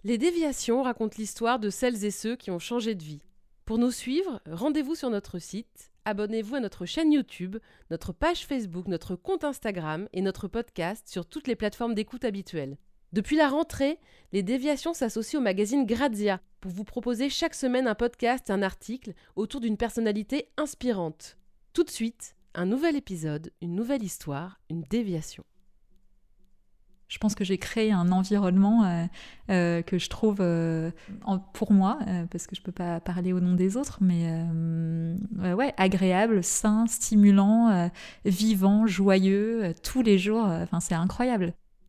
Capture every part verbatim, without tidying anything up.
Les déviations racontent l'histoire de celles et ceux qui ont changé de vie. Pour nous suivre, rendez-vous sur notre site, abonnez-vous à notre chaîne YouTube, notre page Facebook, notre compte Instagram et notre podcast sur toutes les plateformes d'écoute habituelles. Depuis la rentrée, les déviations s'associent au magazine Grazia pour vous proposer chaque semaine un podcast et un article autour d'une personnalité inspirante. Tout de suite, un nouvel épisode, une nouvelle histoire, une déviation. Je pense que j'ai créé un environnement euh, euh, que je trouve, euh, en, pour moi, euh, parce que je ne peux pas parler au nom des autres, mais euh, euh, ouais, agréable, sain, stimulant, euh, vivant, joyeux, euh, tous les jours. Enfin, euh, c'est incroyable.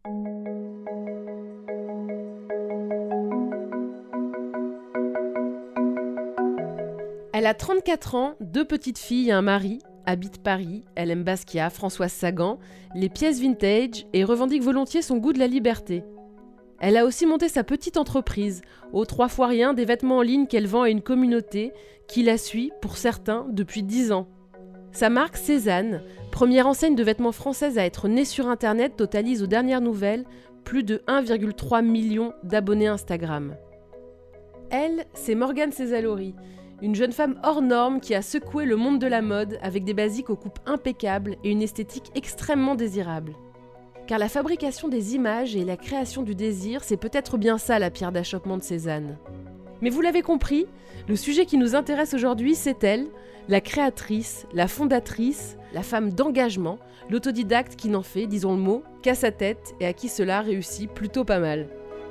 Elle a trente-quatre ans, deux petites filles et un mari. Habite Paris, elle aime Basquiat, Françoise Sagan, les pièces vintage et revendique volontiers son goût de la liberté. Elle a aussi monté sa petite entreprise, aux trois fois rien, des vêtements en ligne qu'elle vend à une communauté qui la suit, pour certains, depuis dix ans. Sa marque Cézanne, première enseigne de vêtements française à être née sur Internet, totalise aux dernières nouvelles plus de un virgule trois million d'abonnés Instagram. Elle, c'est Morgane Césalori, une jeune femme hors norme qui a secoué le monde de la mode avec des basiques aux coupes impeccables et une esthétique extrêmement désirable. Car la fabrication des images et la création du désir, c'est peut-être bien ça la pierre d'achoppement de Cézanne. Mais vous l'avez compris, le sujet qui nous intéresse aujourd'hui, c'est elle, la créatrice, la fondatrice, la femme d'engagement, l'autodidacte qui n'en fait, disons le mot, qu'à sa tête et à qui cela réussit plutôt pas mal.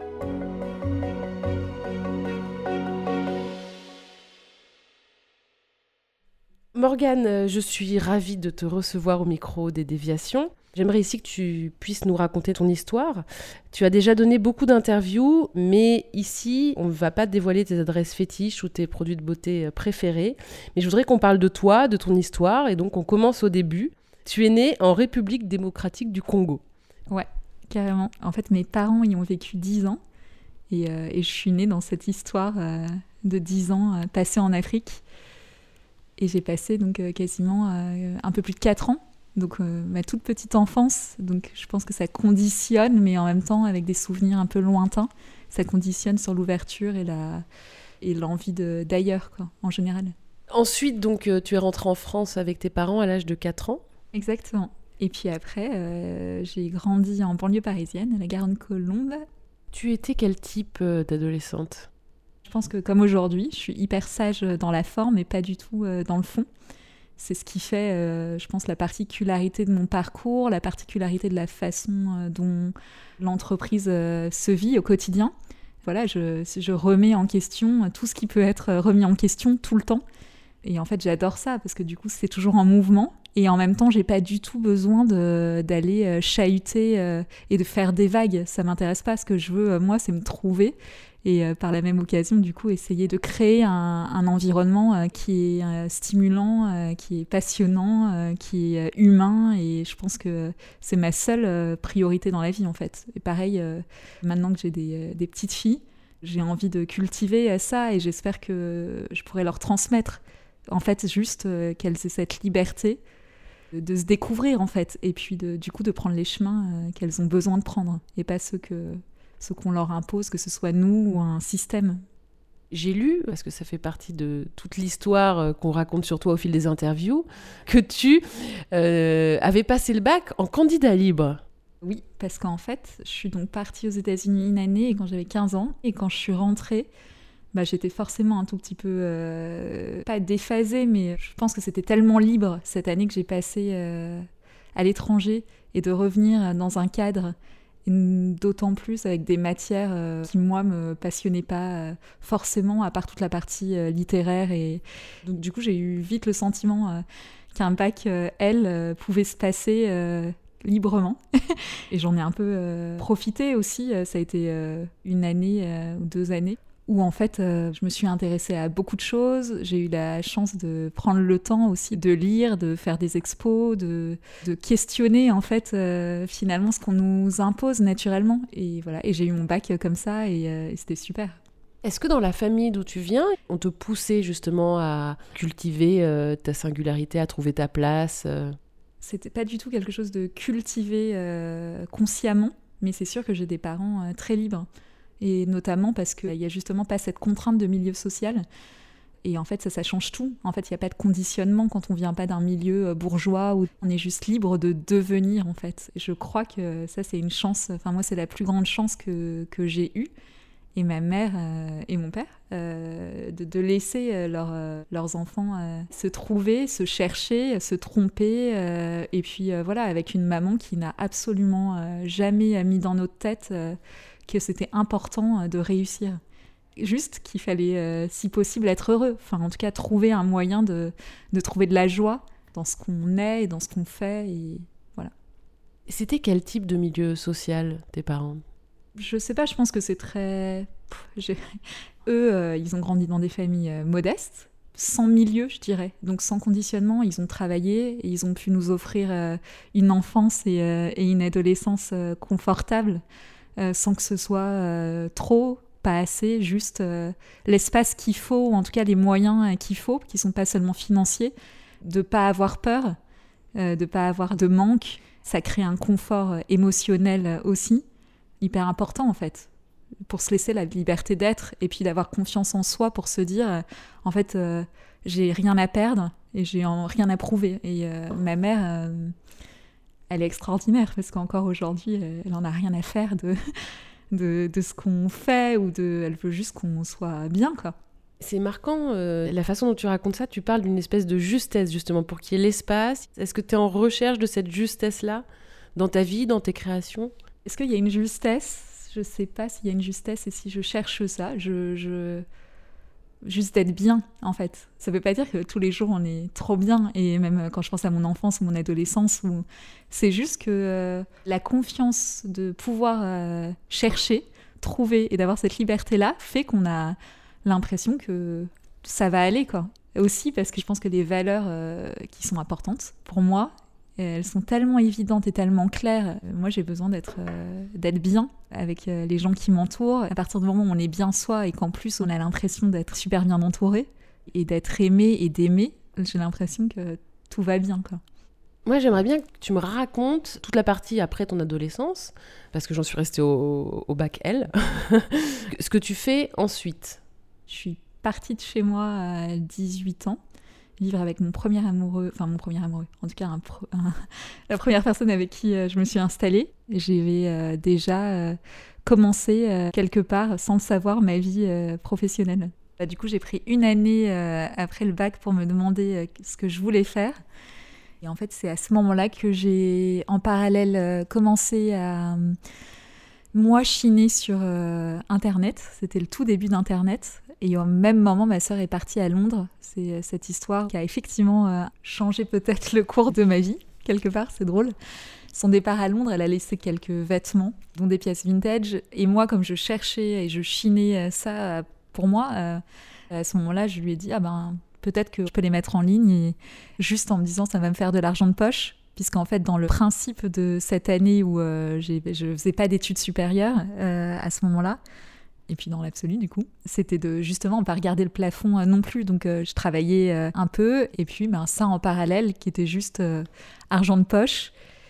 Morgane, je suis ravie de te recevoir au micro des Déviations. J'aimerais ici que tu puisses nous raconter ton histoire. Tu as déjà donné beaucoup d'interviews, mais ici, on ne va pas dévoiler tes adresses fétiches ou tes produits de beauté préférés. Mais je voudrais qu'on parle de toi, de ton histoire, et donc on commence au début. Tu es née en République démocratique du Congo. Ouais, carrément. En fait, mes parents y ont vécu dix ans, et, euh, et je suis née dans cette histoire euh, de dix ans euh, passée en Afrique. Et j'ai passé donc euh, quasiment euh, un peu plus de quatre ans, donc euh, ma toute petite enfance. Donc je pense que ça conditionne, mais en même temps avec des souvenirs un peu lointains, ça conditionne sur l'ouverture et, la, et l'envie de, d'ailleurs, quoi, en général. Ensuite, donc, euh, tu es rentrée en France avec tes parents à l'âge de quatre ans. Exactement. Et puis après, euh, j'ai grandi en banlieue parisienne, à la Garenne-Colombes. Tu étais quel type euh, d'adolescente ? Je pense que comme aujourd'hui, je suis hyper sage dans la forme et pas du tout dans le fond. C'est ce qui fait, euh, je pense, la particularité de mon parcours, la particularité de la façon dont l'entreprise euh, se vit au quotidien. Voilà, je, je remets en question tout ce qui peut être remis en question tout le temps. Et en fait, j'adore ça parce que du coup, c'est toujours en mouvement. Et en même temps, j'ai pas du tout besoin de, d'aller chahuter euh, et de faire des vagues. Ça m'intéresse pas. Ce que je veux, moi, c'est me trouver. Et euh, par la même occasion, du coup, essayer de créer un, un environnement euh, qui est euh, stimulant, euh, qui est passionnant, euh, qui est euh, humain. Et je pense que c'est ma seule euh, priorité dans la vie, en fait. Et pareil, euh, maintenant que j'ai des, euh, des petites filles, j'ai envie de cultiver euh, ça et j'espère que je pourrai leur transmettre, en fait, juste euh, qu'elles aient cette liberté de, de se découvrir, en fait. Et puis, de, du coup, de prendre les chemins euh, qu'elles ont besoin de prendre et pas ceux que... ce qu'on leur impose, que ce soit nous ou un système. J'ai lu, parce que ça fait partie de toute l'histoire qu'on raconte sur toi au fil des interviews, que tu euh, avais passé le bac en candidat libre. Oui, parce qu'en fait, je suis donc partie aux États-Unis une année quand j'avais quinze ans, et quand je suis rentrée, bah, j'étais forcément un tout petit peu, euh, pas déphasée, mais je pense que c'était tellement libre cette année que j'ai passée euh, à l'étranger, et de revenir dans un cadre d'autant plus avec des matières euh, qui, moi, me passionnaient pas euh, forcément, à part toute la partie euh, littéraire. Et donc, du coup, j'ai eu vite le sentiment euh, qu'un bac euh, L euh, pouvait se passer euh, librement. Et j'en ai un peu euh, profité aussi. Ça a été euh, une année euh, ou deux années où en fait euh, je me suis intéressée à beaucoup de choses. J'ai eu la chance de prendre le temps aussi de lire, de faire des expos, de, de questionner en fait euh, finalement ce qu'on nous impose naturellement. Et voilà, et j'ai eu mon bac comme ça et, euh, et c'était super. Est-ce que dans la famille d'où tu viens, on te poussait justement à cultiver euh, ta singularité, à trouver ta place euh... C'était pas du tout quelque chose de cultivé euh, consciemment, mais c'est sûr que j'ai des parents euh, très libres. Et notamment parce qu'il n'y a justement pas cette contrainte de milieu social. Et en fait, ça, ça change tout. En fait, il n'y a pas de conditionnement quand on ne vient pas d'un milieu bourgeois où on est juste libre de devenir, en fait. Et je crois que ça, c'est une chance. Enfin, moi, c'est la plus grande chance que, que j'ai eue. Et ma mère euh, et mon père, euh, de, de laisser euh, leur, euh, leurs enfants euh, se trouver, se chercher, se tromper. Euh, et puis, euh, voilà, avec une maman qui n'a absolument euh, jamais mis dans notre tête euh, que c'était important euh, de réussir. Juste qu'il fallait, euh, si possible, être heureux. Enfin, en tout cas, trouver un moyen de, de trouver de la joie dans ce qu'on est et dans ce qu'on fait. Et voilà. C'était quel type de milieu social, tes parents ? Je sais pas, je pense que c'est très... J'ai... Eux, euh, ils ont grandi dans des familles euh, modestes, sans milieu, je dirais. Donc sans conditionnement, ils ont travaillé et ils ont pu nous offrir euh, une enfance et, euh, et une adolescence euh, confortable, euh, sans que ce soit euh, trop, pas assez, juste euh, l'espace qu'il faut, ou en tout cas les moyens euh, qu'il faut, qui sont pas seulement financiers, de pas avoir peur, euh, de pas avoir de manque. Ça crée un confort euh, émotionnel euh, aussi. Hyper important en fait, pour se laisser la liberté d'être et puis d'avoir confiance en soi pour se dire euh, en fait euh, j'ai rien à perdre et j'ai en, rien à prouver. Et euh, ma mère euh, elle est extraordinaire parce qu'encore aujourd'hui elle en a rien à faire de, de, de ce qu'on fait ou de, elle veut juste qu'on soit bien quoi. C'est marquant, euh, la façon dont tu racontes ça, tu parles d'une espèce de justesse justement pour qu'il y ait l'espace. Est-ce que tu es en recherche de cette justesse-là dans ta vie, dans tes créations ? Est-ce qu'il y a une justesse ? Je ne sais pas s'il y a une justesse et si je cherche ça. Je, je... Juste d'être bien, en fait. Ça ne veut pas dire que tous les jours, on est trop bien. Et même quand je pense à mon enfance ou mon adolescence, où... c'est juste que euh, la confiance de pouvoir euh, chercher, trouver et d'avoir cette liberté-là fait qu'on a l'impression que ça va aller, quoi. Et aussi parce que je pense que les valeurs euh, qui sont importantes pour moi, elles sont tellement évidentes et tellement claires. Moi, j'ai besoin d'être, euh, d'être bien avec euh, les gens qui m'entourent. À partir du moment où on est bien soi et qu'en plus, on a l'impression d'être super bien entouré et d'être aimé et d'aimer, j'ai l'impression que tout va bien, quoi. Moi, j'aimerais bien que tu me racontes toute la partie après ton adolescence, parce que j'en suis restée au, au bac L, ce que tu fais ensuite. Je suis partie de chez moi à dix-huit ans. Vivre avec mon premier amoureux, enfin mon premier amoureux, en tout cas un pro, un, la première personne avec qui euh, je me suis installée. J'avais euh, déjà euh, commencé euh, quelque part, sans le savoir, ma vie euh, professionnelle. Bah, du coup, j'ai pris une année euh, après le bac pour me demander euh, ce que je voulais faire. Et en fait, c'est à ce moment-là que j'ai, en parallèle, euh, commencé à euh, moi chiner sur euh, Internet. C'était le tout début d'Internet. Et au même moment, ma sœur est partie à Londres. C'est cette histoire qui a effectivement euh, changé peut-être le cours de ma vie, quelque part, c'est drôle. Son départ à Londres, elle a laissé quelques vêtements, dont des pièces vintage. Et moi, comme je cherchais et je chinais ça pour moi, euh, à ce moment-là, je lui ai dit, ah ben, peut-être que je peux les mettre en ligne, et juste en me disant, ça va me faire de l'argent de poche. Puisqu'en fait, dans le principe de cette année où euh, j'ai, je ne faisais pas d'études supérieures euh, à ce moment-là, et puis dans l'absolu du coup, c'était de justement pas regarder le plafond euh, non plus. Donc euh, je travaillais euh, un peu et puis ben, ça en parallèle qui était juste euh, argent de poche.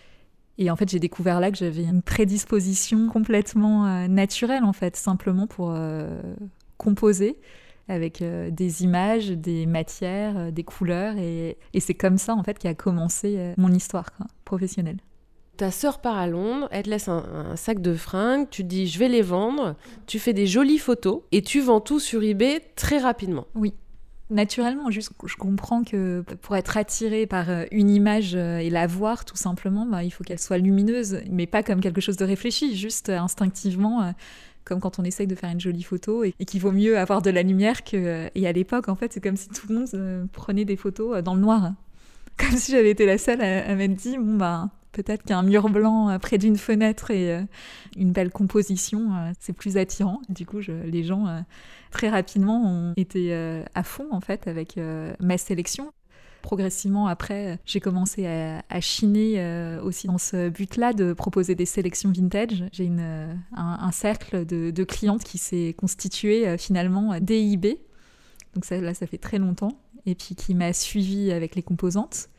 Et en fait j'ai découvert là que j'avais une prédisposition complètement euh, naturelle en fait, simplement pour euh, composer avec euh, des images, des matières, euh, des couleurs. Et, et c'est comme ça en fait qu'a commencé euh, mon histoire quoi, professionnelle. Ta sœur part à Londres, elle te laisse un, un sac de fringues, tu te dis je vais les vendre, tu fais des jolies photos et tu vends tout sur eBay très rapidement. Oui, naturellement, juste je comprends que pour être attiré par une image et la voir tout simplement, bah, il faut qu'elle soit lumineuse, mais pas comme quelque chose de réfléchi, juste instinctivement, comme quand on essaye de faire une jolie photo et, et qu'il vaut mieux avoir de la lumière que... Et à l'époque, en fait, c'est comme si tout le monde prenait des photos dans le noir. Comme si j'avais été la seule à, à m'être dit, bon bah... peut-être qu'un mur blanc près d'une fenêtre et euh, une belle composition, euh, c'est plus attirant. Du coup, je, les gens, euh, très rapidement, ont été euh, à fond, en fait, avec euh, ma sélection. Progressivement, après, j'ai commencé à, à chiner euh, aussi dans ce but-là, de proposer des sélections vintage. J'ai une, euh, un, un cercle de, de clientes qui s'est constitué euh, finalement dès eBay. Donc ça, là, ça fait très longtemps. Et puis qui m'a suivie avec les composantes.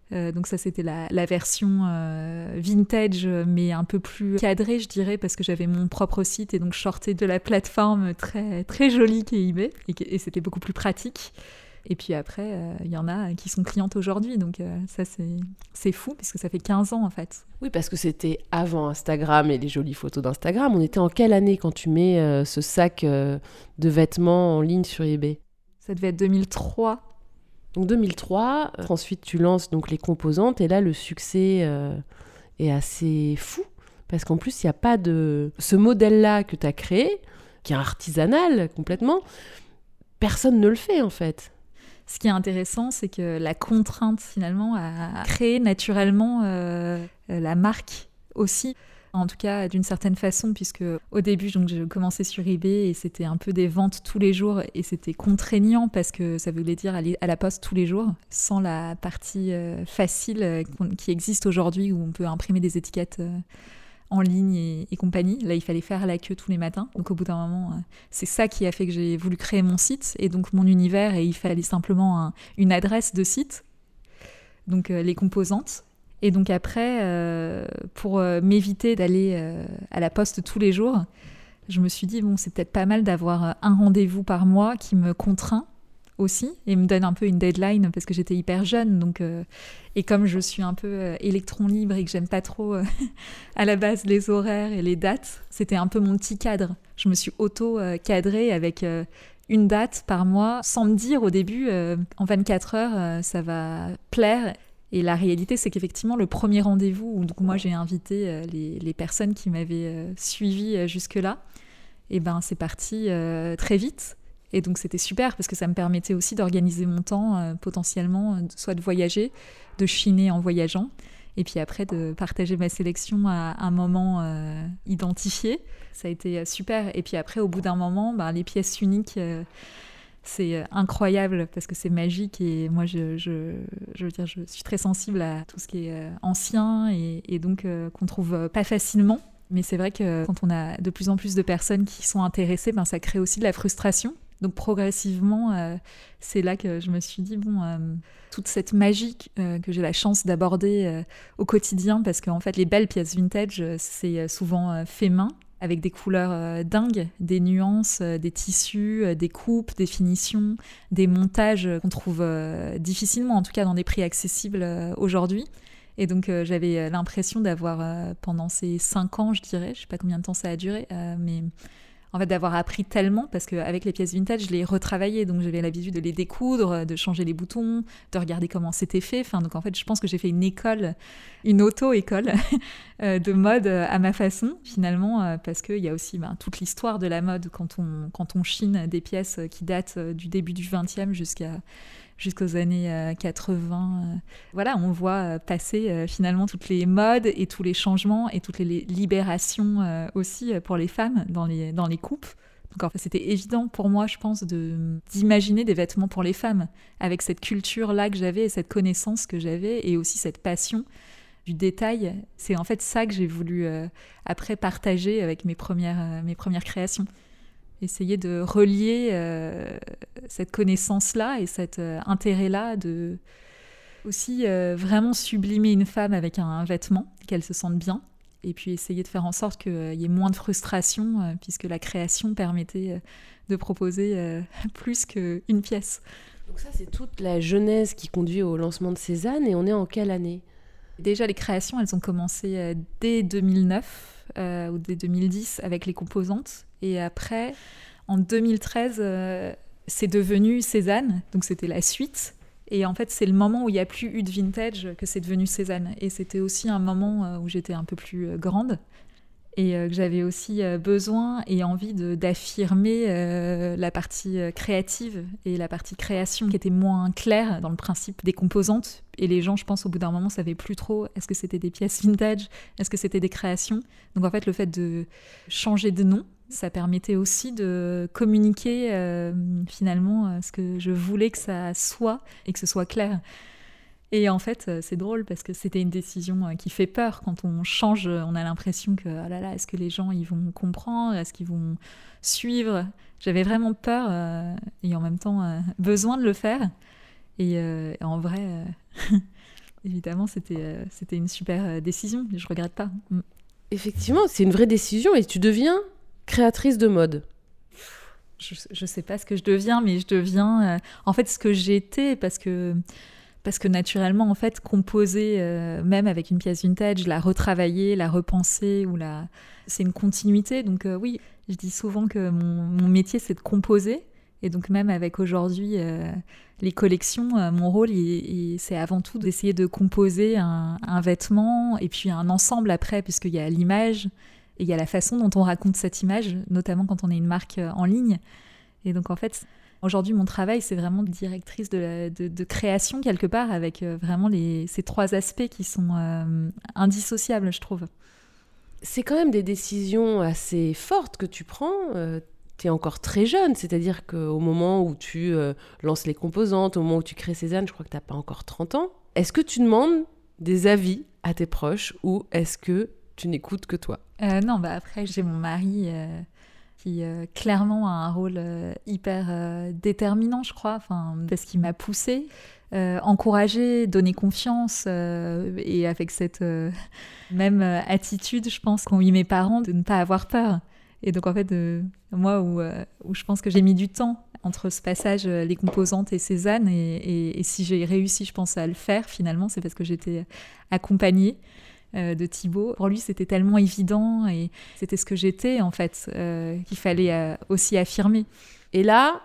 Euh, donc ça, c'était la, la version euh, vintage, mais un peu plus cadrée, je dirais, parce que j'avais mon propre site et donc je sortais de la plateforme très, très jolie qu'est eBay et, et c'était beaucoup plus pratique. Et puis après, il euh, y en a qui sont clientes aujourd'hui, donc euh, ça, c'est, c'est fou, parce que ça fait quinze ans, en fait. Oui, parce que c'était avant Instagram et les jolies photos d'Instagram. On était en quelle année quand tu mets euh, ce sac euh, de vêtements en ligne sur eBay ? Ça devait être deux mille trois. Donc deux mille trois, euh, ensuite tu lances donc les composantes, et là, le succès euh, est assez fou, parce qu'en plus, il n'y a pas de... Ce modèle-là que tu as créé, qui est artisanal complètement, personne ne le fait, en fait. Ce qui est intéressant, c'est que la contrainte, finalement, a créé naturellement euh, la marque aussi. En tout cas, d'une certaine façon, puisque au début, donc, je commençais sur eBay et c'était un peu des ventes tous les jours et c'était contraignant parce que ça voulait dire aller à la poste tous les jours, sans la partie euh, facile euh, qui existe aujourd'hui où on peut imprimer des étiquettes euh, en ligne et, et compagnie. Là, il fallait faire la queue tous les matins. Donc, au bout d'un moment, euh, c'est ça qui a fait que j'ai voulu créer mon site et donc mon univers, et il fallait simplement un, une adresse de site, donc euh, les composantes. Et donc après, euh, pour euh, m'éviter d'aller euh, à la poste tous les jours, je me suis dit, bon, c'est peut-être pas mal d'avoir un rendez-vous par mois qui me contraint aussi et me donne un peu une deadline parce que j'étais hyper jeune. Donc, euh, et comme je suis un peu euh, électron libre et que j'aime pas trop euh, à la base les horaires et les dates, c'était un peu mon petit cadre. Je me suis auto-cadrée avec euh, une date par mois sans me dire au début, euh, en vingt-quatre heures, euh, ça va plaire. Et la réalité, c'est qu'effectivement, le premier rendez-vous où donc, moi j'ai invité euh, les, les personnes qui m'avaient euh, suivi euh, jusque-là, et ben, c'est parti euh, très vite. Et donc c'était super parce que ça me permettait aussi d'organiser mon temps, euh, potentiellement, soit de voyager, de chiner en voyageant, et puis après de partager ma sélection à un moment euh, identifié. Ça a été euh, super. Et puis après, au bout d'un moment, ben, les pièces uniques... Euh, c'est incroyable parce que c'est magique et moi je, je, je veux dire je suis très sensible à tout ce qui est ancien et, et donc euh, qu'on trouve pas facilement, mais c'est vrai que quand on a de plus en plus de personnes qui sont intéressées, ben ça crée aussi de la frustration. Donc progressivement euh, c'est là que je me suis dit bon euh, toute cette magie euh, que j'ai la chance d'aborder euh, au quotidien, parce qu'en fait les belles pièces vintage c'est souvent euh, fait main, avec des couleurs euh, dingues, des nuances, euh, des tissus, euh, des coupes, des finitions, des montages euh, qu'on trouve euh, difficilement, en tout cas dans des prix accessibles euh, aujourd'hui. Et donc euh, j'avais l'impression d'avoir, euh, pendant ces cinq ans, je dirais, je ne sais pas combien de temps ça a duré, euh, mais en fait d'avoir appris tellement, parce qu'avec les pièces vintage, je les retravaillais, donc j'avais l'habitude de les découdre, de changer les boutons, de regarder comment c'était fait. Enfin, donc en fait, je pense que j'ai fait une école, une auto-école de mode à ma façon, finalement, parce qu'il y a aussi ben, toute l'histoire de la mode quand on, quand on chine des pièces qui datent du début du vingtième jusqu'à... jusqu'aux années quatre-vingts. Voilà, on voit passer finalement toutes les modes et tous les changements et toutes les libérations aussi pour les femmes dans les, dans les coupes. Donc en fait, c'était évident pour moi, je pense, de, d'imaginer des vêtements pour les femmes avec cette culture-là que j'avais et cette connaissance que j'avais et aussi cette passion du détail. C'est en fait ça que j'ai voulu euh, après partager avec mes premières, euh, mes premières créations. Essayer de relier euh, cette connaissance-là et cet euh, intérêt-là de aussi euh, vraiment sublimer une femme avec un, un vêtement, qu'elle se sente bien, et puis essayer de faire en sorte qu'il euh, y ait moins de frustration, euh, puisque la création permettait euh, de proposer euh, plus qu'une pièce. Donc ça, c'est toute la genèse qui conduit au lancement de Cézanne, et on est en quelle année ? Déjà, les créations, elles ont commencé euh, dès deux mille neuf euh, ou dès deux mille dix avec les composantes. Et après, en deux mille treize, euh, c'est devenu Cézanne, donc c'était la suite. Et en fait, c'est le moment où il n'y a plus eu de vintage que c'est devenu Cézanne. Et c'était aussi un moment où j'étais un peu plus grande et que j'avais aussi besoin et envie de, d'affirmer euh, la partie créative et la partie création qui était moins claire dans le principe des composantes. Et les gens, je pense, au bout d'un moment, ne savaient plus trop est-ce que c'était des pièces vintage, est-ce que c'était des créations. Donc en fait, le fait de changer de nom, ça permettait aussi de communiquer euh, finalement euh, ce que je voulais que ça soit et que ce soit clair. Et en fait, c'est drôle parce que c'était une décision qui fait peur. Quand on change, on a l'impression que, oh là là, est-ce que les gens ils vont comprendre ? Est-ce qu'ils vont suivre ? J'avais vraiment peur euh, et en même temps euh, besoin de le faire. Et, euh, et en vrai, euh, évidemment, c'était, euh, c'était une super euh, décision, je regrette pas. Mm. Effectivement, c'est une vraie décision et tu deviens créatrice de mode. Je, je sais pas ce que je deviens, mais je deviens euh, en fait ce que j'étais parce que parce que naturellement en fait composer euh, même avec une pièce vintage, la retravailler, la repenser ou la c'est une continuité. Donc euh, oui, je dis souvent que mon, mon métier c'est de composer et donc même avec aujourd'hui euh, les collections, euh, mon rôle il, il, c'est avant tout d'essayer de composer un, un vêtement et puis un ensemble après puisqu'il y a l'image. Et il y a la façon dont on raconte cette image, notamment quand on est une marque en ligne. Et donc, en fait, aujourd'hui, mon travail, c'est vraiment de directrice de, la, de, de création, quelque part, avec vraiment les, ces trois aspects qui sont euh, indissociables, je trouve. C'est quand même des décisions assez fortes que tu prends. Euh, tu es encore très jeune, c'est-à-dire qu'au moment où tu euh, lances les composantes, au moment où tu crées Cézanne, je crois que tu n'as pas encore trente ans. Est-ce que tu demandes des avis à tes proches ou est-ce que tu n'écoutes que toi? euh, Non, bah après, j'ai mon mari euh, qui euh, clairement a un rôle euh, hyper euh, déterminant, je crois, parce qu'il m'a poussée, euh, encouragée, donné confiance. Euh, et avec cette euh, même euh, attitude, je pense, qu'ont eu mes parents de ne pas avoir peur. Et donc, en fait, euh, moi, où, euh, où je pense que j'ai mis du temps entre ce passage, euh, les composantes et Cézanne, et, et, et si j'ai réussi, je pense, à le faire, finalement, c'est parce que j'étais accompagnée de Thibaut. Pour lui, c'était tellement évident et c'était ce que j'étais, en fait, euh, qu'il fallait euh, aussi affirmer. Et là,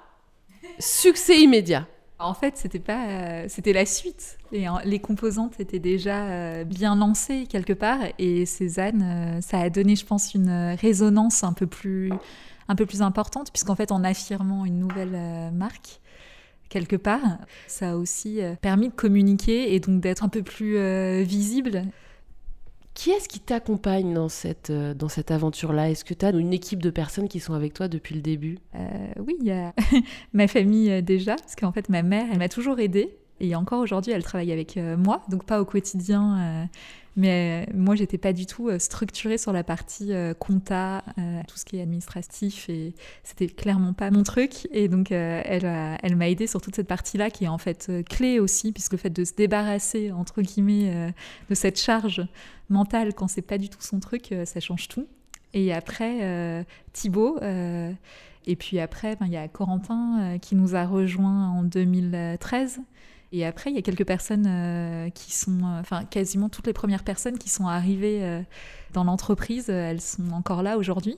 succès immédiat. En fait, c'était pas, euh, c'était la suite. Et, euh, les composantes étaient déjà euh, bien lancées quelque part et Cézanne, euh, ça a donné, je pense, une résonance un peu plus, un peu plus importante puisqu'en fait, en affirmant une nouvelle euh, marque, quelque part, ça a aussi euh, permis de communiquer et donc d'être un peu plus euh, visible. Qui est-ce qui t'accompagne dans cette, euh, dans cette aventure-là? Est-ce que tu as une équipe de personnes qui sont avec toi depuis le début? euh, Oui, il y a ma famille euh, déjà, parce qu'en fait, ma mère, elle m'a toujours aidée. Et encore aujourd'hui, elle travaille avec euh, moi, donc pas au quotidien. Euh, mais euh, moi, j'étais pas du tout euh, structurée sur la partie euh, compta, euh, tout ce qui est administratif. Et c'était clairement pas mon truc. Et donc, euh, elle, a, elle m'a aidée sur toute cette partie-là, qui est en fait euh, clé aussi, puisque le fait de se débarrasser, entre guillemets, euh, de cette charge mentale quand c'est pas du tout son truc, euh, ça change tout. Et après, euh, Thibaut, euh, et puis après, ben, il y a Corentin euh, qui nous a rejoints en deux mille treize. Et après, il y a quelques personnes euh, qui sont, enfin, euh, quasiment toutes les premières personnes qui sont arrivées euh, dans l'entreprise, euh, elles sont encore là aujourd'hui.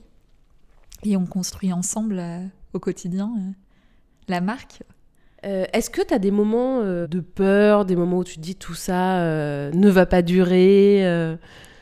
Et on construit ensemble euh, au quotidien euh, la marque. Euh, est-ce que tu as des moments euh, de peur, des moments où tu te dis tout ça euh, ne va pas durer euh,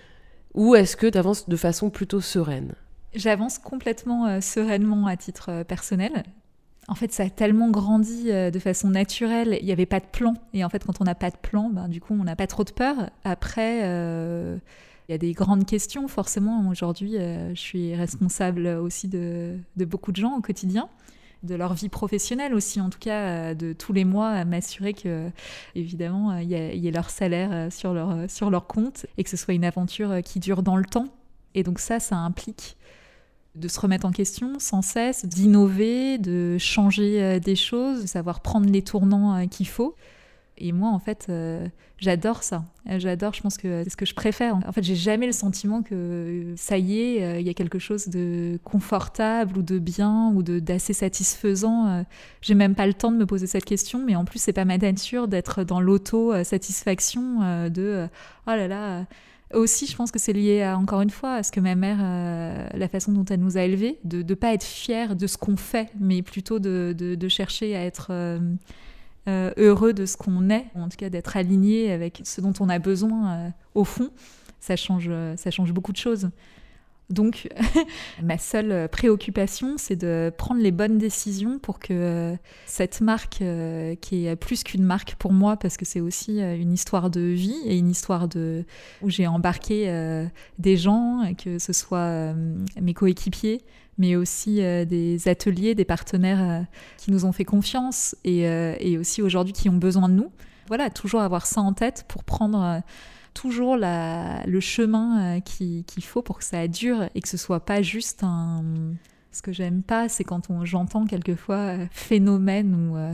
ou est-ce que tu avances de façon plutôt sereine? J'avance complètement euh, sereinement à titre euh, personnel. En fait, ça a tellement grandi euh, de façon naturelle, il n'y avait pas de plan. Et en fait, quand on n'a pas de plan, ben, du coup, on n'a pas trop de peur. Après, euh, il y a des grandes questions, forcément. Aujourd'hui, euh, je suis responsable aussi de, de beaucoup de gens au quotidien, de leur vie professionnelle aussi, en tout cas, de tous les mois, à m'assurer que, évidemment, il y, a, il y ait leur salaire sur leur, sur leur compte et que ce soit une aventure qui dure dans le temps. Et donc ça, ça implique de se remettre en question sans cesse, d'innover, de changer des choses, de savoir prendre les tournants qu'il faut. Et moi, en fait, euh, j'adore ça. J'adore, je pense que c'est ce que je préfère. En fait, j'ai jamais le sentiment que ça y est, il euh, y a quelque chose de confortable ou de bien ou de, d'assez satisfaisant. Euh, j'ai même pas le temps de me poser cette question, mais en plus, c'est pas ma nature d'être dans l'auto-satisfaction euh, de euh, « oh là là ». Aussi, je pense que c'est lié, à, encore une fois, à ce que ma mère, euh, la façon dont elle nous a élevés, de ne pas être fière de ce qu'on fait, mais plutôt de, de, de chercher à être euh, euh, heureux de ce qu'on est, en tout cas d'être aligné avec ce dont on a besoin euh, au fond. Ça change, ça change beaucoup de choses. Donc, ma seule préoccupation, c'est de prendre les bonnes décisions pour que cette marque, euh, qui est plus qu'une marque pour moi, parce que c'est aussi une histoire de vie et une histoire de, où j'ai embarqué euh, des gens, que ce soit euh, mes coéquipiers, mais aussi euh, des ateliers, des partenaires euh, qui nous ont fait confiance et, euh, et aussi aujourd'hui qui ont besoin de nous. Voilà, toujours avoir ça en tête pour prendre... Euh, toujours la, le chemin euh, qu'il, qu'il faut pour que ça dure et que ce soit pas juste un... Ce que j'aime pas, c'est quand on, j'entends quelquefois euh, phénomène ou euh,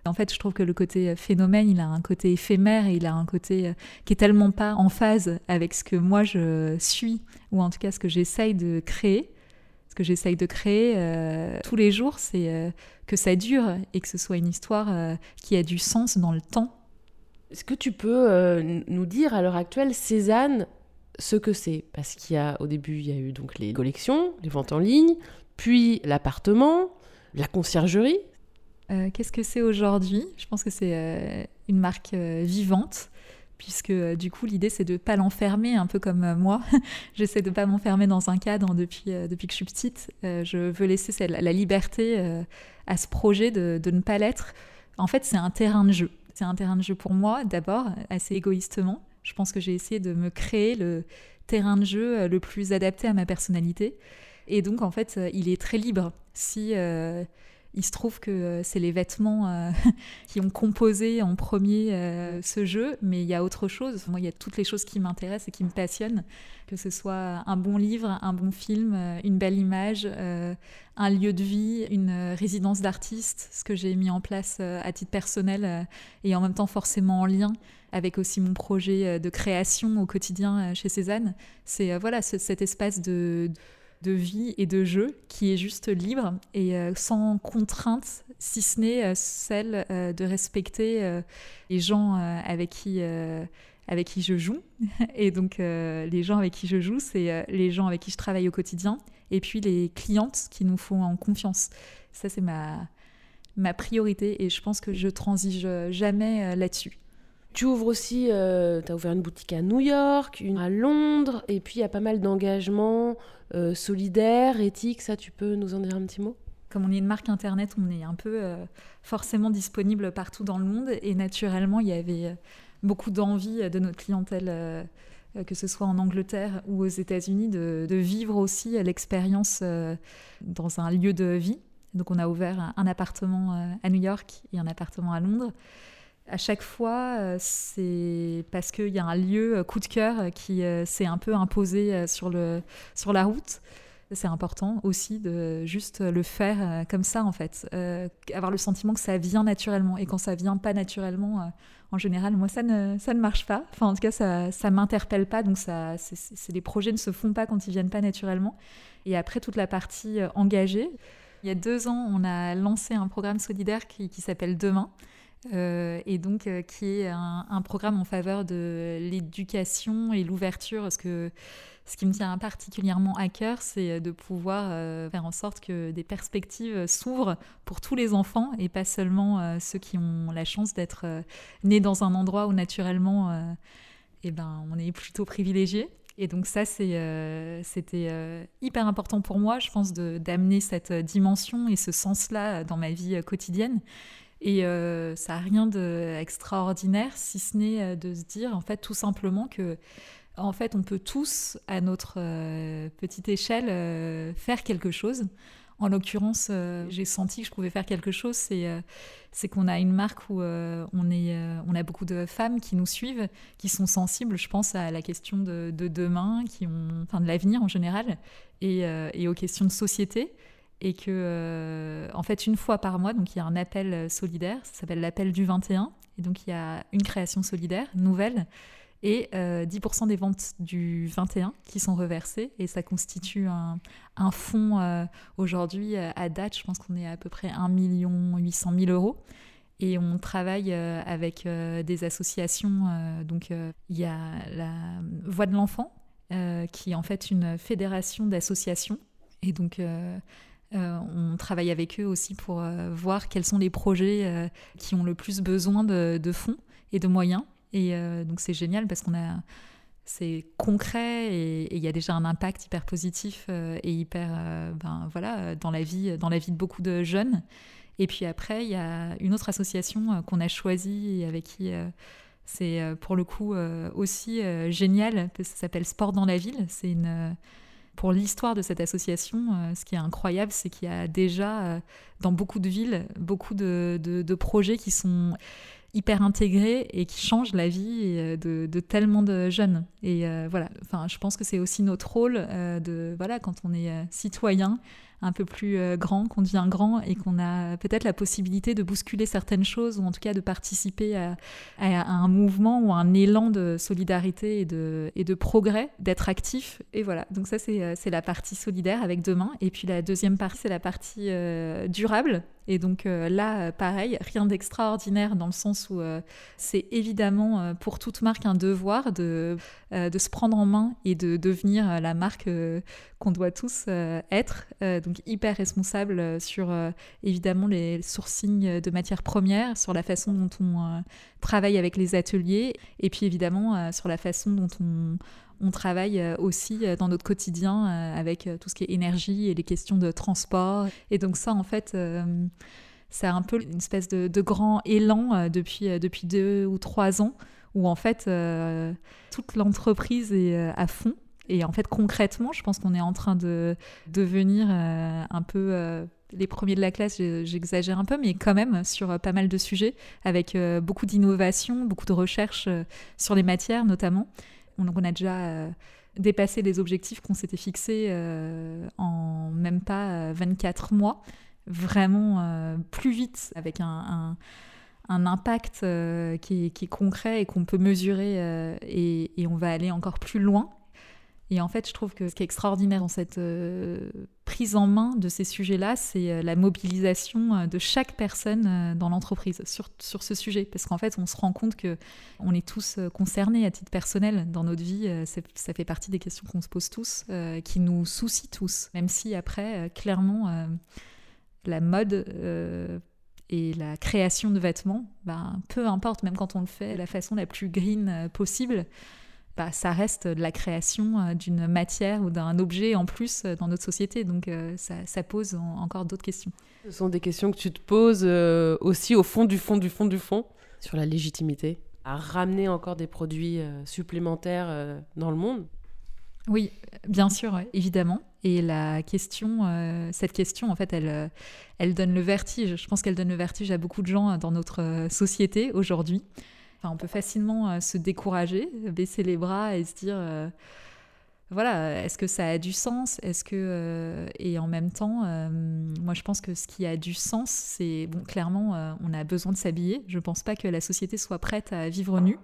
En fait, je trouve que le côté phénomène, il a un côté éphémère et il a un côté qui est tellement pas en phase avec ce que moi je suis, ou en tout cas ce que j'essaye de créer. Ce que j'essaye de créer euh, tous les jours, c'est euh, que ça dure et que ce soit une histoire euh, qui a du sens dans le temps. Est-ce que tu peux euh, nous dire à l'heure actuelle, Cézanne, ce que c'est? Parce qu'il y a, au début, il y a eu donc les collections, les ventes en ligne, puis l'appartement, la conciergerie. Euh, qu'est-ce que c'est aujourd'hui? Je pense que c'est euh, une marque euh, vivante, puisque euh, du coup l'idée c'est de ne pas l'enfermer, un peu comme euh, moi. J'essaie de ne pas m'enfermer dans un cadre depuis, euh, depuis que je suis petite. Euh, je veux laisser cette, la liberté euh, à ce projet de, de ne pas l'être. En fait, c'est un terrain de jeu. C'est un terrain de jeu pour moi, d'abord, assez égoïstement. Je pense que j'ai essayé de me créer le terrain de jeu le plus adapté à ma personnalité. Et donc, en fait, il est très libre. Si euh, il se trouve que c'est les vêtements euh, qui ont composé en premier euh, ce jeu, mais il y a autre chose. Moi, il y a toutes les choses qui m'intéressent et qui me passionnent, que ce soit un bon livre, un bon film, une belle image, euh, un lieu de vie, une résidence d'artiste, ce que j'ai mis en place euh, à titre personnel euh, et en même temps forcément en lien avec aussi mon projet de création au quotidien chez Cézanne. C'est euh, voilà, ce, cet espace de... de vie et de jeu qui est juste libre et euh, sans contrainte, si ce n'est euh, celle euh, de respecter euh, les gens euh, avec qui euh, avec qui je joue. Et donc euh, les gens avec qui je joue, c'est euh, les gens avec qui je travaille au quotidien et puis les clientes qui nous font en confiance. Ça, c'est ma ma priorité et je pense que je transige jamais euh, là-dessus. Tu ouvres aussi, euh, tu as ouvert une boutique à New York, une à Londres, et puis il y a pas mal d'engagements euh, solidaires, éthiques, ça tu peux nous en dire un petit mot? Comme on est une marque internet, on est un peu euh, forcément disponible partout dans le monde, et naturellement il y avait beaucoup d'envie de notre clientèle, euh, que ce soit en Angleterre ou aux États-Unis, de, de vivre aussi l'expérience euh, dans un lieu de vie. Donc on a ouvert un, un appartement euh, à New York et un appartement à Londres. À chaque fois, c'est parce qu'il y a un lieu coup de cœur qui s'est un peu imposé sur, le, sur la route. C'est important aussi de juste le faire comme ça, en fait. Euh, avoir le sentiment que ça vient naturellement. Et quand ça vient pas naturellement, en général, moi, ça ne, ça ne marche pas. Enfin, en tout cas, ça ne m'interpelle pas. Donc, ça, c'est, c'est, les projets ne se font pas quand ils viennent pas naturellement. Et après, toute la partie engagée. Il y a deux ans, on a lancé un programme solidaire qui, qui s'appelle Demain. Euh, et donc euh, qui est un, un programme en faveur de l'éducation et l'ouverture, parce que ce qui me tient particulièrement à cœur, c'est de pouvoir euh, faire en sorte que des perspectives s'ouvrent pour tous les enfants et pas seulement euh, ceux qui ont la chance d'être euh, nés dans un endroit où naturellement euh, eh ben, on est plutôt privilégié. Et donc ça, c'est, euh, c'était euh, hyper important pour moi, je pense, de, d'amener cette dimension et ce sens-là dans ma vie quotidienne. Et euh, ça n'a rien d'extraordinaire, si ce n'est de se dire, en fait, tout simplement que, en fait, on peut tous, à notre euh, petite échelle, euh, faire quelque chose. En l'occurrence, euh, j'ai senti que je pouvais faire quelque chose. C'est, euh, c'est qu'on a une marque où euh, on, est, euh, on a beaucoup de femmes qui nous suivent, qui sont sensibles, je pense, à la question de, de demain, qui ont, enfin, de l'avenir en général, et, euh, et aux questions de société. Et que, euh, en fait, une fois par mois, donc il y a un appel solidaire, ça s'appelle l'appel du vingt et un, et donc il y a une création solidaire nouvelle, et euh, dix pour cent des ventes du vingt et un qui sont reversées, et ça constitue un, un fonds euh, aujourd'hui, à date, je pense qu'on est à, à peu près un million huit cent mille euros, et on travaille euh, avec euh, des associations, euh, donc euh, il y a la Voix de l'Enfant, euh, qui est en fait une fédération d'associations, et donc... Euh, Euh, on travaille avec eux aussi pour euh, voir quels sont les projets euh, qui ont le plus besoin de, de fonds et de moyens. Et euh, donc c'est génial parce qu'on a, c'est concret et il y a déjà un impact hyper positif euh, et hyper, euh, ben voilà, dans la vie, dans la vie de beaucoup de jeunes. Et puis après, il y a une autre association euh, qu'on a choisie et avec qui euh, c'est euh, pour le coup euh, aussi euh, génial. Ça s'appelle Sport dans la ville. C'est une euh, Pour l'histoire de cette association, euh, ce qui est incroyable, c'est qu'il y a déjà, euh, dans beaucoup de villes, beaucoup de, de, de projets qui sont hyper intégrés et qui changent la vie de, de tellement de jeunes. Et euh, voilà, enfin, je pense que c'est aussi notre rôle, euh, de, voilà, quand on est euh, citoyen, un peu plus euh, grand, qu'on devient grand et qu'on a peut-être la possibilité de bousculer certaines choses ou en tout cas de participer à, à, à un mouvement ou à un élan de solidarité et de, et de progrès, d'être actif. Et voilà, donc ça c'est, c'est la partie solidaire avec demain. Et puis la deuxième partie, c'est la partie euh, durable. Et donc euh, là, pareil, rien d'extraordinaire dans le sens où euh, c'est évidemment euh, pour toute marque un devoir de, euh, de se prendre en main et de devenir la marque euh, qu'on doit tous euh, être. Euh, donc hyper responsable sur euh, évidemment les sourcings de matières premières, sur la façon dont on euh, travaille avec les ateliers et puis évidemment euh, sur la façon dont on... On travaille aussi dans notre quotidien avec tout ce qui est énergie et les questions de transport. Et donc ça, en fait, euh, c'est un peu une espèce de, de grand élan depuis, depuis deux ou trois ans où, en fait, euh, toute l'entreprise est à fond. Et en fait, concrètement, je pense qu'on est en train de devenir euh, un peu... Euh, les premiers de la classe, j'exagère un peu, mais quand même sur pas mal de sujets, avec euh, beaucoup d'innovation, beaucoup de recherche euh, sur les matières notamment. On, on a déjà euh, dépassé les objectifs qu'on s'était fixés euh, en même pas euh, vingt-quatre mois, vraiment euh, plus vite, avec un, un, un impact euh, qui, est, qui est concret et qu'on peut mesurer euh, et, et on va aller encore plus loin. Et en fait, je trouve que ce qui est extraordinaire dans cette euh, prise en main de ces sujets-là, c'est euh, la mobilisation euh, de chaque personne euh, dans l'entreprise sur, sur ce sujet. Parce qu'en fait, on se rend compte qu'on est tous euh, concernés à titre personnel dans notre vie. Euh, ça fait partie des questions qu'on se pose tous, euh, qui nous soucient tous. Même si après, euh, clairement, euh, la mode... Euh, et la création de vêtements, ben, peu importe, même quand on le fait de la façon la plus green euh, possible, bah, ça reste de la création d'une matière ou d'un objet en plus dans notre société. Donc euh, ça, ça pose en, encore d'autres questions. Ce sont des questions que tu te poses euh, aussi au fond du fond du fond du fond, sur la légitimité, à ramener encore des produits euh, supplémentaires euh, dans le monde. Oui, bien sûr, évidemment. Et la question, euh, cette question, en fait, elle, elle donne le vertige. Je pense qu'elle donne le vertige à beaucoup de gens dans notre société aujourd'hui. Enfin, on peut facilement euh, se décourager, baisser les bras et se dire, euh, voilà, est-ce que ça a du sens ? Est-ce que euh, et en même temps, euh, moi je pense que ce qui a du sens, c'est bon, clairement, euh, on a besoin de s'habiller. Je pense pas que la société soit prête à vivre nue.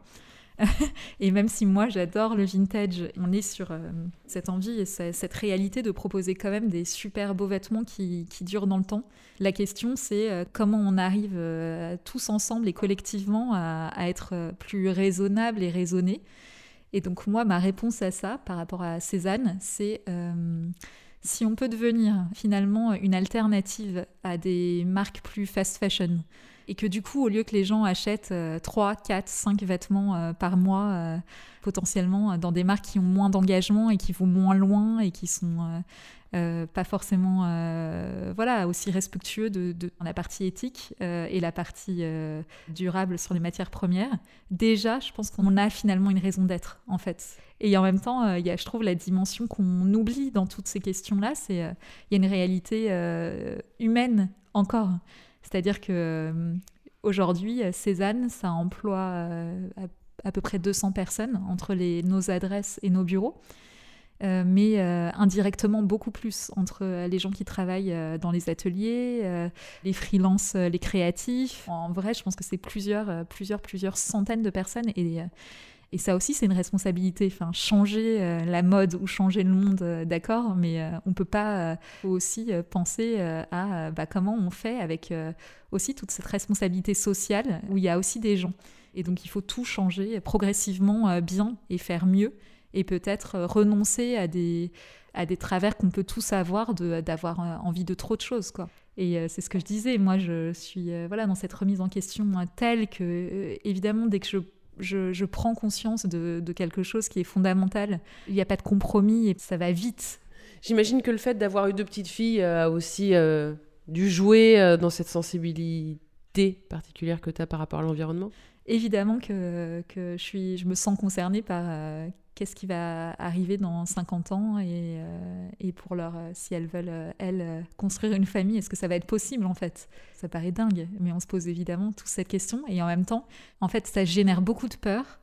Et même si moi j'adore le vintage, on est sur euh, cette envie et cette réalité de proposer quand même des super beaux vêtements qui, qui durent dans le temps. La question c'est euh, comment on arrive euh, tous ensemble et collectivement à, à être euh, plus raisonnable et raisonné. Et donc moi ma réponse à ça par rapport à Cézanne, c'est euh, si on peut devenir finalement une alternative à des marques plus fast fashion. Et que du coup, au lieu que les gens achètent euh, trois, quatre, cinq vêtements euh, par mois, euh, potentiellement euh, dans des marques qui ont moins d'engagement et qui vont moins loin et qui sont euh, euh, pas forcément euh, voilà, aussi respectueux de, de la partie éthique euh, et la partie euh, durable sur les matières premières, déjà, je pense qu'on a finalement une raison d'être, en fait. Et en même temps, il euh, y a, je trouve, la dimension qu'on oublie dans toutes ces questions-là, c'est il euh, y a une réalité euh, humaine encore. C'est-à-dire qu'aujourd'hui, euh, Cézanne, ça emploie euh, à, à peu près deux cents personnes entre les, nos adresses et nos bureaux, euh, mais euh, indirectement beaucoup plus entre euh, les gens qui travaillent euh, dans les ateliers, euh, les freelances, euh, les créatifs. En vrai, je pense que c'est plusieurs, euh, plusieurs, plusieurs centaines de personnes et... Euh, Et ça aussi, c'est une responsabilité. Enfin, changer euh, la mode ou changer le monde, euh, d'accord, mais euh, on ne peut pas euh, aussi euh, penser euh, à euh, bah, comment on fait avec euh, aussi toute cette responsabilité sociale où il y a aussi des gens. Et donc, il faut tout changer progressivement euh, bien et faire mieux et peut-être euh, renoncer à des, à des travers qu'on peut tous avoir de, d'avoir euh, envie de trop de choses, quoi. Et euh, c'est ce que je disais. Moi, je suis euh, voilà, dans cette remise en question euh, telle que, euh, évidemment, dès que je Je, je prends conscience de, de quelque chose qui est fondamental. Il n'y a pas de compromis et ça va vite. J'imagine que le fait d'avoir eu deux petites filles a aussi euh, dû jouer euh, dans cette sensibilité particulière que tu as par rapport à l'environnement. Évidemment que, que je, suis, je me sens concernée par euh, qu'est-ce qui va arriver dans cinquante ans et, euh, et pour leur, euh, si elles veulent, euh, elles, euh, construire une famille, est-ce que ça va être possible en fait ? Ça paraît dingue, mais on se pose évidemment toute cette question et en même temps, en fait, ça génère beaucoup de peur.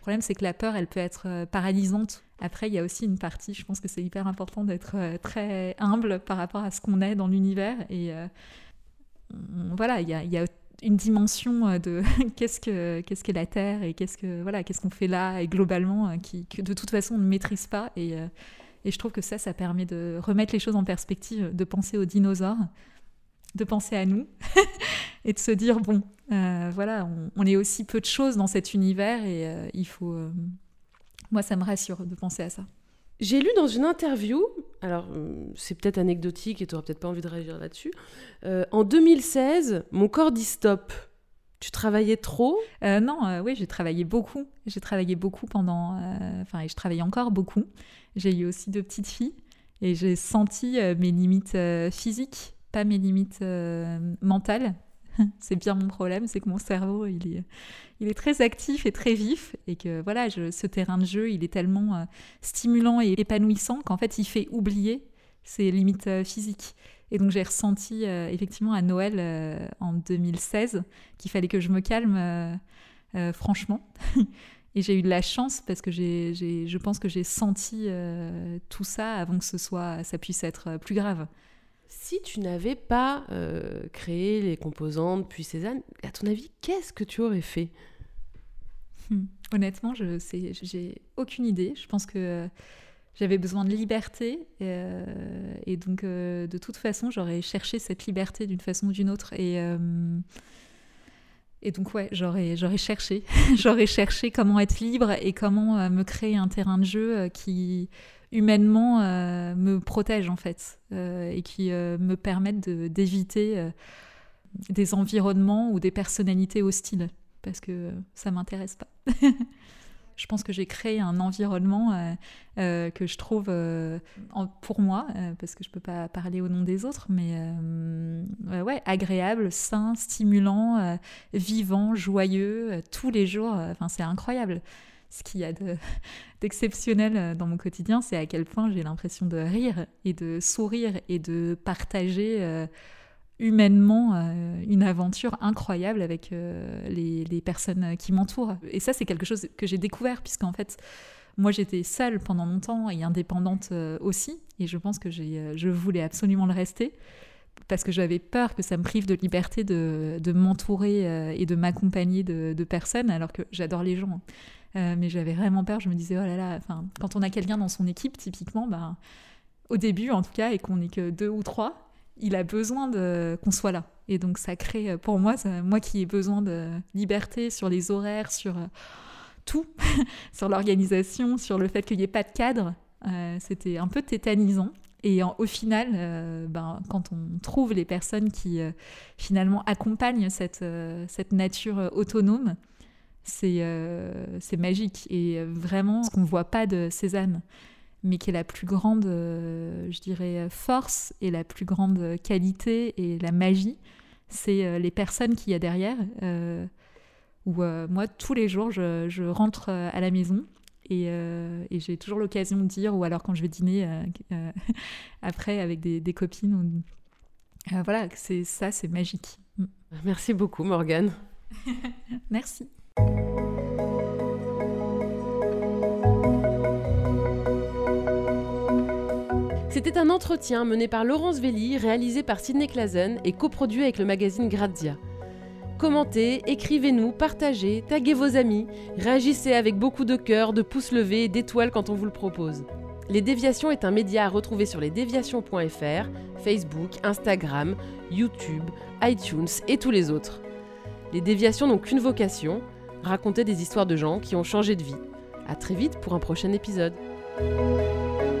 problème, c'est que la peur, elle peut être paralysante. Après, il y a aussi une partie, je pense que c'est hyper important d'être très humble par rapport à ce qu'on est dans l'univers. Et euh, on, voilà, il y a, il y a une dimension de qu'est-ce que qu'est-ce qu'est la Terre et qu'est-ce que voilà, qu'est-ce qu'on fait là et globalement qui que de toute façon on ne maîtrise pas. Et euh, et je trouve que ça, ça permet de remettre les choses en perspective, de penser aux dinosaures, de penser à nous et de se dire bon, euh, voilà, on, on est aussi peu de choses dans cet univers et euh, il faut. Euh, moi, ça me rassure de penser à ça. J'ai lu dans une interview, alors c'est peut-être anecdotique et tu n'auras peut-être pas envie de réagir là-dessus, euh, en deux mille seize, mon corps dit stop. Tu travaillais trop ? euh, Non, euh, oui, j'ai travaillé beaucoup. J'ai travaillé beaucoup pendant... Enfin, euh, et je travaille encore beaucoup. J'ai eu aussi deux petites filles et j'ai senti euh, mes limites euh, physiques, pas mes limites euh, mentales. C'est bien mon problème, c'est que mon cerveau, il est, il est très actif et très vif et que voilà, je, ce terrain de jeu, il est tellement euh, stimulant et épanouissant qu'en fait, il fait oublier ses limites euh, physiques. Et donc, j'ai ressenti euh, effectivement à Noël euh, en deux mille seize qu'il fallait que je me calme, euh, euh, franchement. Et j'ai eu de la chance parce que j'ai, j'ai, je pense que j'ai senti euh, tout ça avant que ce soit, ça puisse être plus grave. Si tu n'avais pas euh, créé les composantes puis Cézanne, à ton avis, qu'est-ce que tu aurais fait ? hum, Honnêtement, je sais, j'ai aucune idée. Je pense que euh, j'avais besoin de liberté euh, et donc euh, de toute façon, j'aurais cherché cette liberté d'une façon ou d'une autre. Et, euh, et donc ouais, j'aurais, j'aurais cherché, j'aurais cherché comment être libre et comment euh, me créer un terrain de jeu euh, qui humainement euh, me protège en fait euh, et qui euh, me permettent de, d'éviter euh, des environnements ou des personnalités hostiles parce que ça m'intéresse pas. Je pense que j'ai créé un environnement euh, euh, que je trouve euh, en, pour moi, euh, parce que je peux pas parler au nom des autres, mais euh, euh, ouais, agréable, sain, stimulant, euh, vivant, joyeux, euh, tous les jours. Enfin, euh, c'est incroyable. Ce qu'il y a de, d'exceptionnel dans mon quotidien, c'est à quel point j'ai l'impression de rire et de sourire et de partager euh, humainement euh, une aventure incroyable avec euh, les, les personnes qui m'entourent. Et ça, c'est quelque chose que j'ai découvert, puisqu'en fait, moi, j'étais seule pendant longtemps et indépendante euh, aussi. Et je pense que j'ai, euh, je voulais absolument le rester, parce que j'avais peur que ça me prive de liberté de, de m'entourer euh, et de m'accompagner de, de personnes, alors que j'adore les gens. Euh, mais j'avais vraiment peur, je me disais, oh là là, quand on a quelqu'un dans son équipe, typiquement, bah, au début en tout cas, et qu'on n'est que deux ou trois, il a besoin de, qu'on soit là. Et donc ça crée, pour moi, ça, moi qui ai besoin de liberté sur les horaires, sur euh, tout, sur l'organisation, sur le fait qu'il n'y ait pas de cadre, euh, c'était un peu tétanisant. Et en, au final, euh, ben, quand on trouve les personnes qui euh, finalement accompagnent cette, euh, cette nature autonome, c'est, euh, c'est magique. Et vraiment, ce qu'on ne voit pas de Cézanne, mais qui est la plus grande, euh, je dirais, force et la plus grande qualité et la magie, c'est euh, les personnes qu'il y a derrière. Euh, où euh, moi, tous les jours, je, je rentre à la maison et, euh, et j'ai toujours l'occasion de dire, ou alors quand je vais dîner euh, euh, après avec des, des copines, ou, euh, voilà, c'est, ça, c'est magique. Merci beaucoup, Morgane. Merci. C'était un entretien mené par Laurence Velli, réalisé par Sidney Clazen et coproduit avec le magazine Grazia. Commentez, écrivez-nous, partagez, taguez vos amis, réagissez avec beaucoup de cœur, de pouces levés et d'étoiles quand on vous le propose. Les Déviations est un média à retrouver sur lesdéviations point f r, Facebook, Instagram, YouTube, iTunes et tous les autres. Les Déviations n'ont qu'une vocation, raconter des histoires de gens qui ont changé de vie. À très vite pour un prochain épisode.